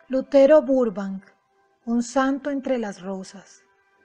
Lutero Burbank, un santo entre las rosas.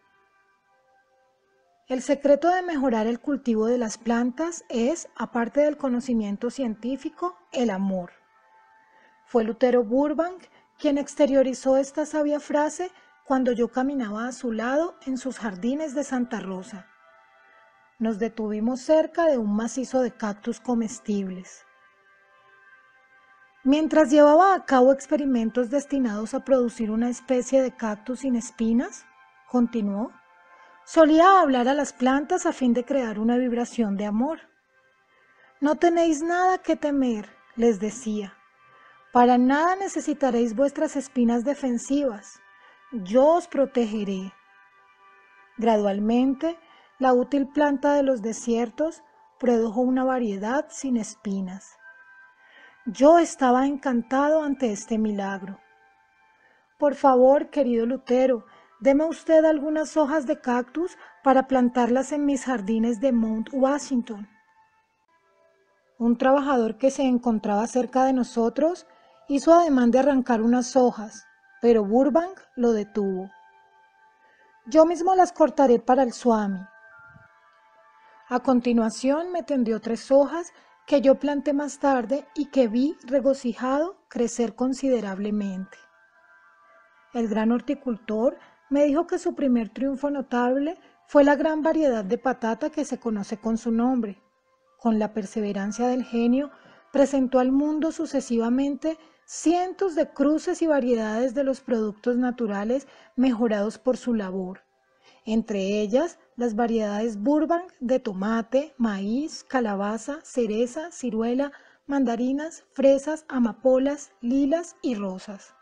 El secreto de mejorar el cultivo de las plantas es, aparte del conocimiento científico, el amor. Fue Lutero Burbank quien exteriorizó esta sabia frase cuando yo caminaba a su lado en sus jardines de Santa Rosa. Nos detuvimos cerca de un macizo de cactus comestibles. Mientras llevaba a cabo experimentos destinados a producir una especie de cactus sin espinas, continuó, solía hablar a las plantas a fin de crear una vibración de amor. No tenéis nada que temer, les decía. Para nada necesitaréis vuestras espinas defensivas. Yo os protegeré. Gradualmente, la útil planta de los desiertos produjo una variedad sin espinas. Yo estaba encantado ante este milagro. Por favor, querido Lutero, deme usted algunas hojas de cactus para plantarlas en mis jardines de Mount Washington. Un trabajador que se encontraba cerca de nosotros hizo ademán de arrancar unas hojas, pero Burbank lo detuvo. Yo mismo las cortaré para el Swami. A continuación me tendió 3 hojas que yo planté más tarde y que vi, regocijado, crecer considerablemente. El gran horticultor me dijo que su primer triunfo notable fue la gran variedad de patata que se conoce con su nombre. Con la perseverancia del genio, presentó al mundo sucesivamente cientos de cruces y variedades de los productos naturales mejorados por su labor, entre ellas las variedades Burbank de tomate, maíz, calabaza, cereza, ciruela, mandarinas, fresas, amapolas, lilas y rosas.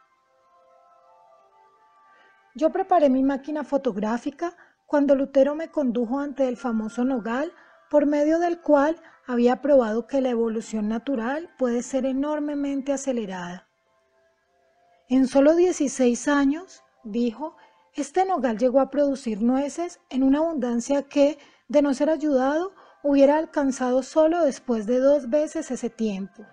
Yo preparé mi máquina fotográfica cuando Lutero me condujo ante el famoso nogal, por medio del cual había probado que la evolución natural puede ser enormemente acelerada. En solo 16 años, dijo, este nogal llegó a producir nueces en una abundancia que, de no ser ayudado, hubiera alcanzado solo después de 2 veces ese tiempo.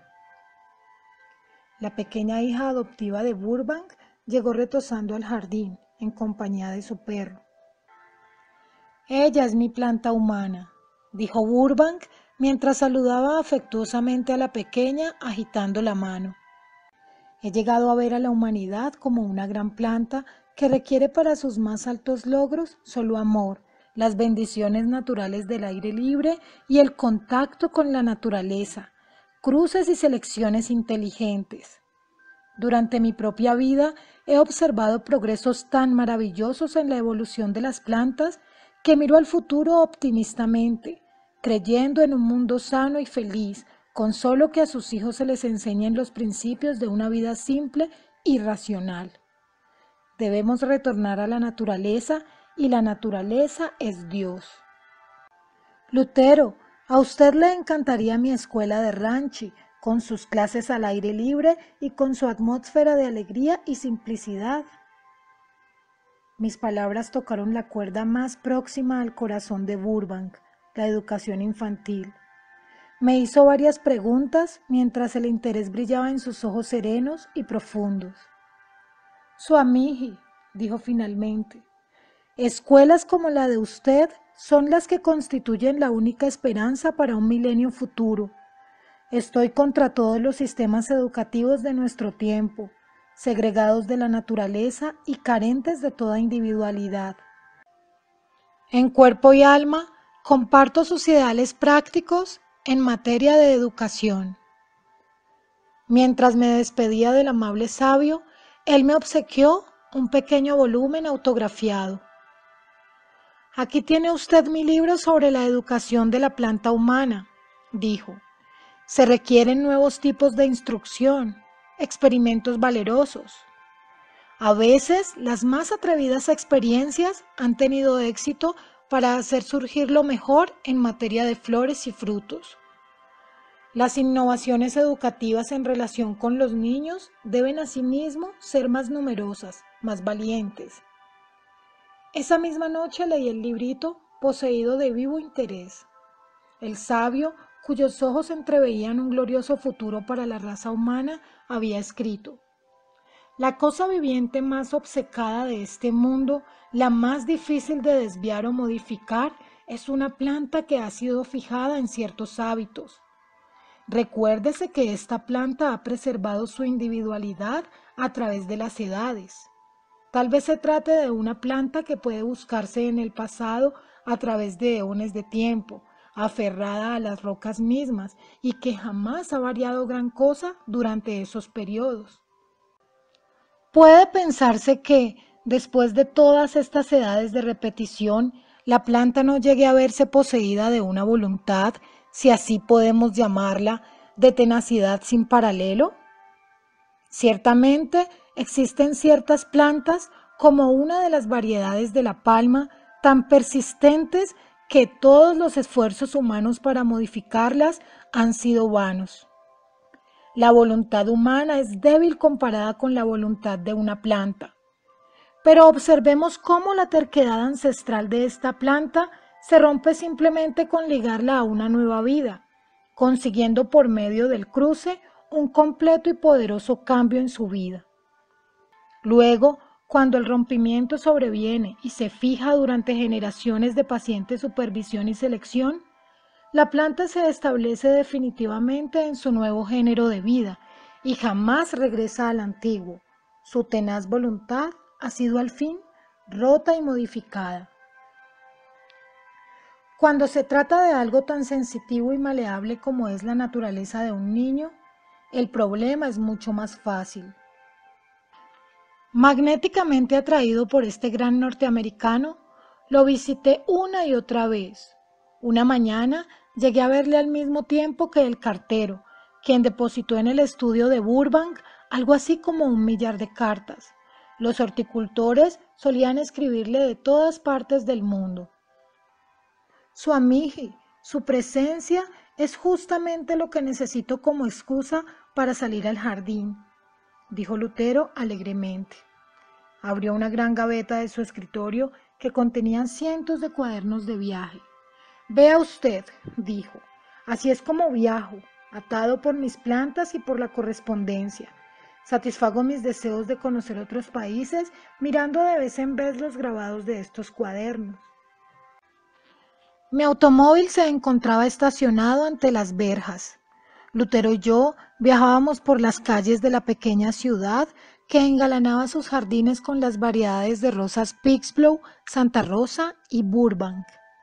La pequeña hija adoptiva de Burbank llegó retozando al jardín, en compañía de su perro. Ella es mi planta humana, dijo Burbank mientras saludaba afectuosamente a la pequeña agitando la mano. He llegado a ver a la humanidad como una gran planta que requiere para sus más altos logros solo amor, las bendiciones naturales del aire libre y el contacto con la naturaleza, cruces y selecciones inteligentes. Durante mi propia vida he observado progresos tan maravillosos en la evolución de las plantas que miro al futuro optimistamente, creyendo en un mundo sano y feliz, con solo que a sus hijos se les enseñen los principios de una vida simple y racional. Debemos retornar a la naturaleza y la naturaleza es Dios. Lutero, a usted le encantaría mi escuela de Ranchi, con sus clases al aire libre y con su atmósfera de alegría y simplicidad. Mis palabras tocaron la cuerda más próxima al corazón de Burbank, la educación infantil. Me hizo varias preguntas mientras el interés brillaba en sus ojos serenos y profundos. Swamiji, dijo finalmente, escuelas como la de usted son las que constituyen la única esperanza para un milenio futuro. Estoy contra todos los sistemas educativos de nuestro tiempo, segregados de la naturaleza y carentes de toda individualidad. En cuerpo y alma, comparto sus ideales prácticos en materia de educación. Mientras me despedía del amable sabio, él me obsequió un pequeño volumen autografiado. Aquí tiene usted mi libro sobre la educación de la planta humana, dijo. Se requieren nuevos tipos de instrucción, experimentos valerosos. A veces, las más atrevidas experiencias han tenido éxito para hacer surgir lo mejor en materia de flores y frutos. Las innovaciones educativas en relación con los niños deben asimismo ser más numerosas, más valientes. Esa misma noche leí el librito, poseído de vivo interés. El sabio, cuyos ojos entreveían un glorioso futuro para la raza humana, había escrito: La cosa viviente más obcecada de este mundo, la más difícil de desviar o modificar, es una planta que ha sido fijada en ciertos hábitos. Recuérdese que esta planta ha preservado su individualidad a través de las edades. Tal vez se trate de una planta que puede buscarse en el pasado a través de eones de tiempo, aferrada a las rocas mismas y que jamás ha variado gran cosa durante esos periodos. Puede pensarse que, después de todas estas edades de repetición, la planta no llegue a verse poseída de una voluntad, si así podemos llamarla, de tenacidad sin paralelo. Ciertamente existen ciertas plantas, como una de las variedades de la palma, tan persistentes que todos los esfuerzos humanos para modificarlas han sido vanos. La voluntad humana es débil comparada con la voluntad de una planta. Pero observemos cómo la terquedad ancestral de esta planta se rompe simplemente con ligarla a una nueva vida, consiguiendo por medio del cruce un completo y poderoso cambio en su vida. Luego, cuando el rompimiento sobreviene y se fija durante generaciones de paciente supervisión y selección, la planta se establece definitivamente en su nuevo género de vida y jamás regresa al antiguo. Su tenaz voluntad ha sido al fin rota y modificada. Cuando se trata de algo tan sensitivo y maleable como es la naturaleza de un niño, el problema es mucho más fácil. Magnéticamente atraído por este gran norteamericano, lo visité una y otra vez. Una mañana llegué a verle al mismo tiempo que el cartero, quien depositó en el estudio de Burbank algo así como 1 millar de cartas. Los horticultores solían escribirle de todas partes del mundo. Su amiji, su presencia es justamente lo que necesito como excusa para salir al jardín, dijo Lutero alegremente. Abrió una gran gaveta de su escritorio que contenía cientos de cuadernos de viaje. Vea usted, dijo, así es como viajo, atado por mis plantas y por la correspondencia. Satisfago mis deseos de conocer otros países mirando de vez en vez los grabados de estos cuadernos. Mi automóvil se encontraba estacionado ante las verjas. Lutero y yo viajábamos por las calles de la pequeña ciudad que engalanaba sus jardines con las variedades de rosas Pixblow, Santa Rosa y Burbank.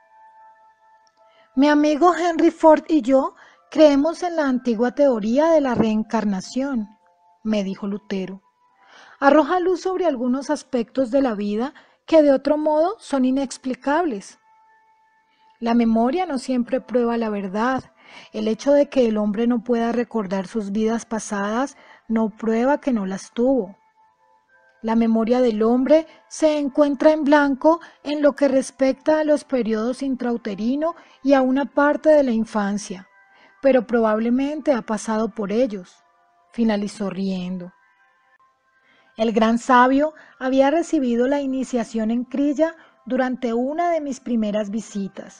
Mi amigo Henry Ford y yo creemos en la antigua teoría de la reencarnación, me dijo Lutero. Arroja luz sobre algunos aspectos de la vida que de otro modo son inexplicables. La memoria no siempre prueba la verdad. El hecho de que el hombre no pueda recordar sus vidas pasadas no prueba que no las tuvo. La memoria del hombre se encuentra en blanco en lo que respecta a los periodos intrauterino y a una parte de la infancia, pero probablemente ha pasado por ellos, finalizó riendo. El gran sabio había recibido la iniciación en Kriya durante una de mis primeras visitas.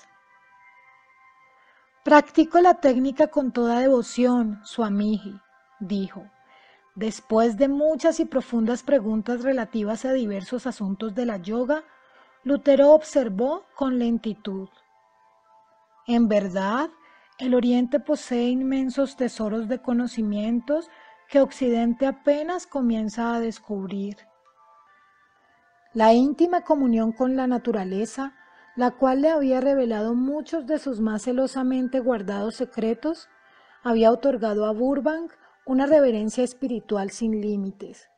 Practico la técnica con toda devoción, Swamiji, dijo. Después de muchas y profundas preguntas relativas a diversos asuntos de la yoga, Lutero observó con lentitud. En verdad, el Oriente posee inmensos tesoros de conocimientos que Occidente apenas comienza a descubrir. La íntima comunión con la naturaleza, la cual le había revelado muchos de sus más celosamente guardados secretos, había otorgado a Burbank una reverencia espiritual sin límites.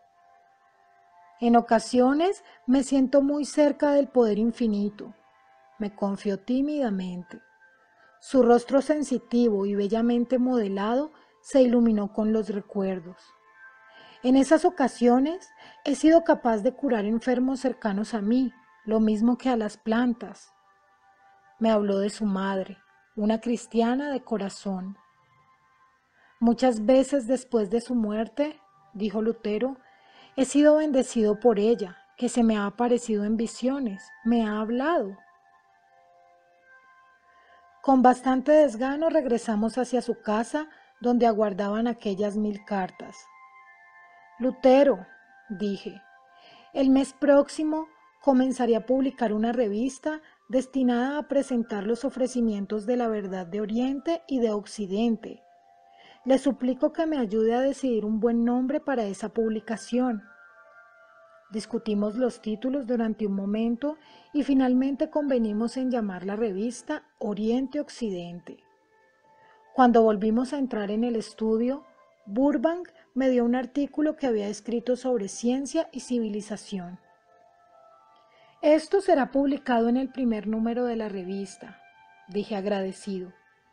En ocasiones me siento muy cerca del poder infinito, me confió tímidamente. Su rostro sensitivo y bellamente modelado se iluminó con los recuerdos. En esas ocasiones he sido capaz de curar enfermos cercanos a mí, lo mismo que a las plantas. Me habló de su madre, una cristiana de corazón. Muchas veces después de su muerte, dijo Lutero, he sido bendecido por ella, que se me ha aparecido en visiones, me ha hablado. Con bastante desgano regresamos hacia su casa, donde aguardaban aquellas 1000 cartas. Lutero, dije. El mes próximo comenzaré a publicar una revista destinada a presentar los ofrecimientos de la verdad de Oriente y de Occidente. Le suplico que me ayude a decidir un buen nombre para esa publicación. Discutimos los títulos durante un momento y finalmente convenimos en llamar la revista Oriente-Occidente. Cuando volvimos a entrar en el estudio, Burbank me dio un artículo que había escrito sobre ciencia y civilización. Esto será publicado en el primer número de la revista, dije agradecido.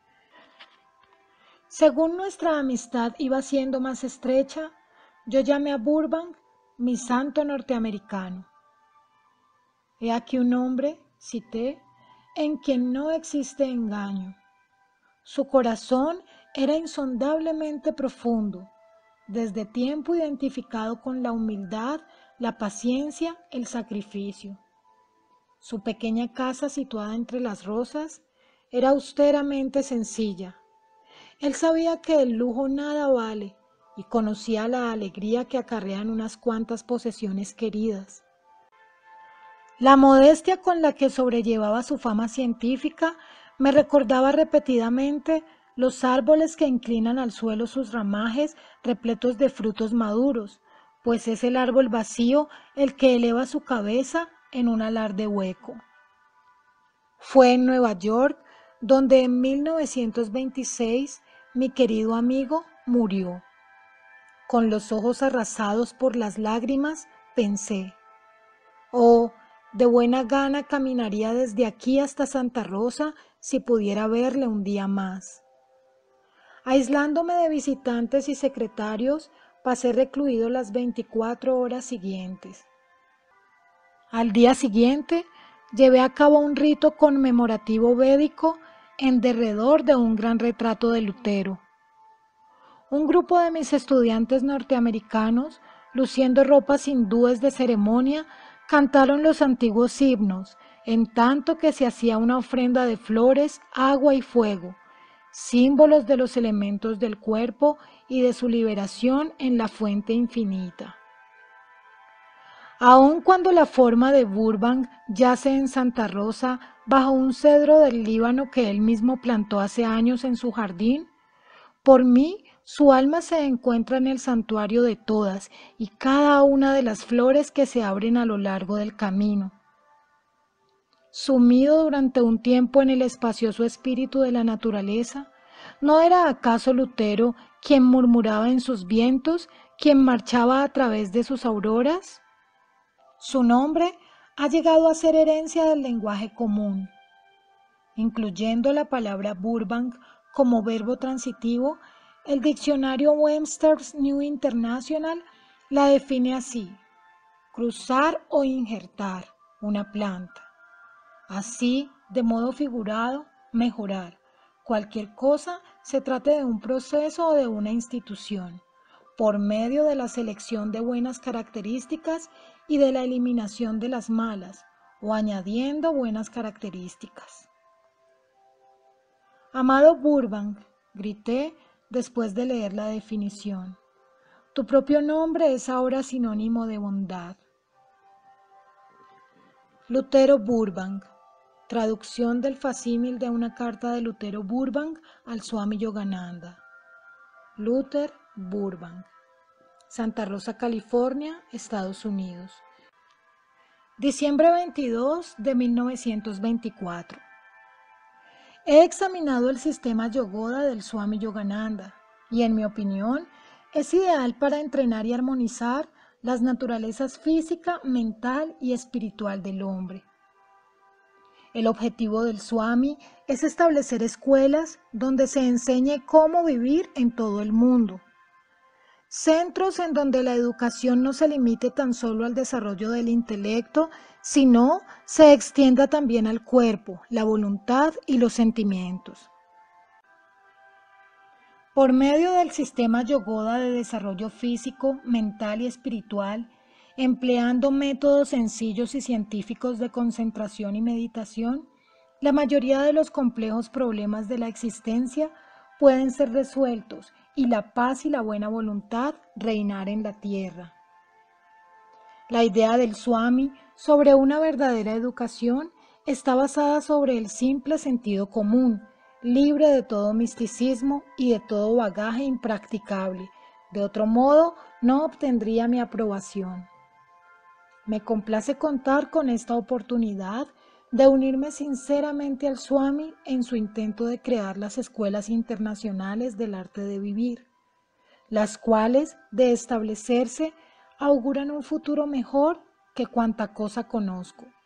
Según nuestra amistad iba siendo más estrecha, yo llamé a Burbank mi santo norteamericano. He aquí un hombre, cité, en quien no existe engaño. Su corazón era insondablemente profundo, desde tiempo identificado con la humildad, la paciencia, el sacrificio. Su pequeña casa situada entre las rosas era austeramente sencilla. Él sabía que el lujo nada vale y conocía la alegría que acarrean unas cuantas posesiones queridas. La modestia con la que sobrellevaba su fama científica me recordaba repetidamente los árboles que inclinan al suelo sus ramajes repletos de frutos maduros, pues es el árbol vacío el que eleva su cabeza en un alarde hueco. Fue en Nueva York donde en 1926 mi querido amigo murió. Con los ojos arrasados por las lágrimas, pensé, oh, de buena gana caminaría desde aquí hasta Santa Rosa si pudiera verle un día más. Aislándome de visitantes y secretarios, pasé recluido las 24 horas siguientes. Al día siguiente, llevé a cabo un rito conmemorativo védico en derredor de un gran retrato de Lutero. Un grupo de mis estudiantes norteamericanos, luciendo ropas hindúes de ceremonia, cantaron los antiguos himnos, en tanto que se hacía una ofrenda de flores, agua y fuego, símbolos de los elementos del cuerpo y de su liberación en la fuente infinita. Aun cuando la forma de Burbank yace en Santa Rosa bajo un cedro del Líbano que él mismo plantó hace años en su jardín, por mí su alma se encuentra en el santuario de todas y cada una de las flores que se abren a lo largo del camino. Sumido durante un tiempo en el espacioso espíritu de la naturaleza, ¿no era acaso Lutero quien murmuraba en sus vientos, quien marchaba a través de sus auroras? Su nombre ha llegado a ser herencia del lenguaje común. Incluyendo la palabra Burbank como verbo transitivo, el diccionario Webster's New International la define así: cruzar o injertar una planta. Así, de modo figurado, mejorar. Cualquier cosa se trate de un proceso o de una institución, por medio de la selección de buenas características y de la eliminación de las malas, o añadiendo buenas características. Amado Burbank, grité después de leer la definición, tu propio nombre es ahora sinónimo de bondad. Lutero Burbank. Traducción del facsímil de una carta de Lutero Burbank al Swami Yogananda. Luther Burbank. Santa Rosa, California, Estados Unidos. Diciembre 22 de 1924. He examinado el sistema Yogoda del Swami Yogananda y, en mi opinión, es ideal para entrenar y armonizar las naturalezas física, mental y espiritual del hombre. El objetivo del Swami es establecer escuelas donde se enseñe cómo vivir en todo el mundo. Centros en donde la educación no se limite tan solo al desarrollo del intelecto, sino se extienda también al cuerpo, la voluntad y los sentimientos. Por medio del sistema Yogoda de desarrollo físico, mental y espiritual, empleando métodos sencillos y científicos de concentración y meditación, la mayoría de los complejos problemas de la existencia pueden ser resueltos y la paz y la buena voluntad reinar en la tierra. La idea del Swami sobre una verdadera educación está basada sobre el simple sentido común, libre de todo misticismo y de todo bagaje impracticable. De otro modo, no obtendría mi aprobación. Me complace contar con esta oportunidad de unirme sinceramente al Swami en su intento de crear las escuelas internacionales del arte de vivir, las cuales, de establecerse, auguran un futuro mejor que cuanta cosa conozco.